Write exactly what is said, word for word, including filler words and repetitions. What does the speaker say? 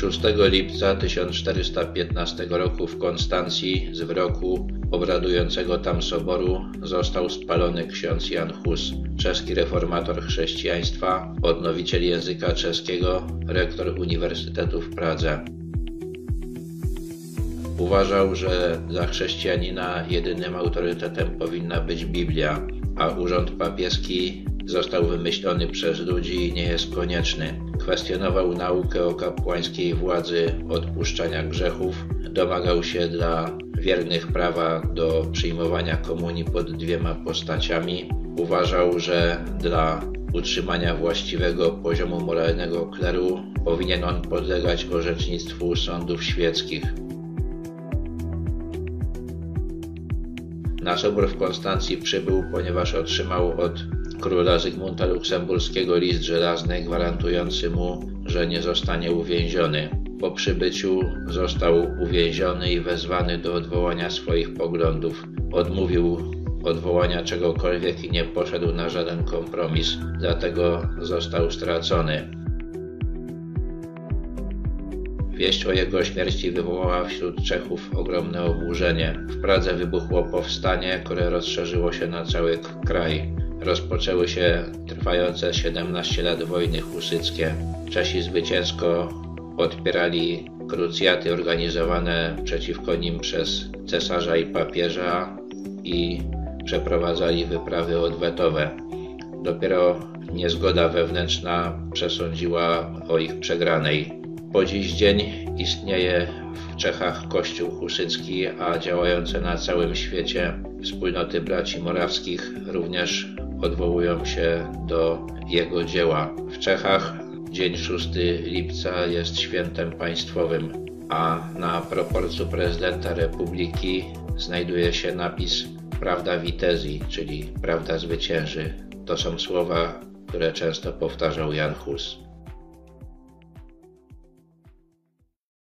szóstego lipca tysiąc czterysta piętnastego roku w Konstancji z wroku obradującego tam soboru został spalony ksiądz Jan Hus, czeski reformator chrześcijaństwa, odnowiciel języka czeskiego, rektor Uniwersytetu w Pradze. Uważał, że dla chrześcijanina jedynym autorytetem powinna być Biblia, a urząd papieski został wymyślony przez ludzi i nie jest konieczny. Kwestionował naukę o kapłańskiej władzy odpuszczania grzechów, domagał się dla wiernych prawa do przyjmowania komunii pod dwiema postaciami. Uważał, że dla utrzymania właściwego poziomu moralnego kleru powinien on podlegać orzecznictwu sądów świeckich. Na sobór w Konstancji przybył, ponieważ otrzymał od króla Zygmunta Luksemburskiego list żelazny gwarantujący mu, że nie zostanie uwięziony. Po przybyciu został uwięziony i wezwany do odwołania swoich poglądów. Odmówił odwołania czegokolwiek i nie poszedł na żaden kompromis, dlatego został stracony. Wieść o jego śmierci wywołała wśród Czechów ogromne oburzenie. W Pradze wybuchło powstanie, które rozszerzyło się na cały kraj. Rozpoczęły się trwające siedemnaście lat wojny husyckie. Czesi zwycięsko odpierali krucjaty organizowane przeciwko nim przez cesarza i papieża i przeprowadzali wyprawy odwetowe. Dopiero niezgoda wewnętrzna przesądziła o ich przegranej. Po dziś dzień istnieje w Czechach Kościół husycki, a działające na całym świecie wspólnoty braci morawskich również odwołują się do jego dzieła. W Czechach dzień szóstego lipca jest świętem państwowym, a na proporcu prezydenta republiki znajduje się napis Prawda Witezji, czyli prawda zwycięży. To są słowa, które często powtarzał Jan Hus.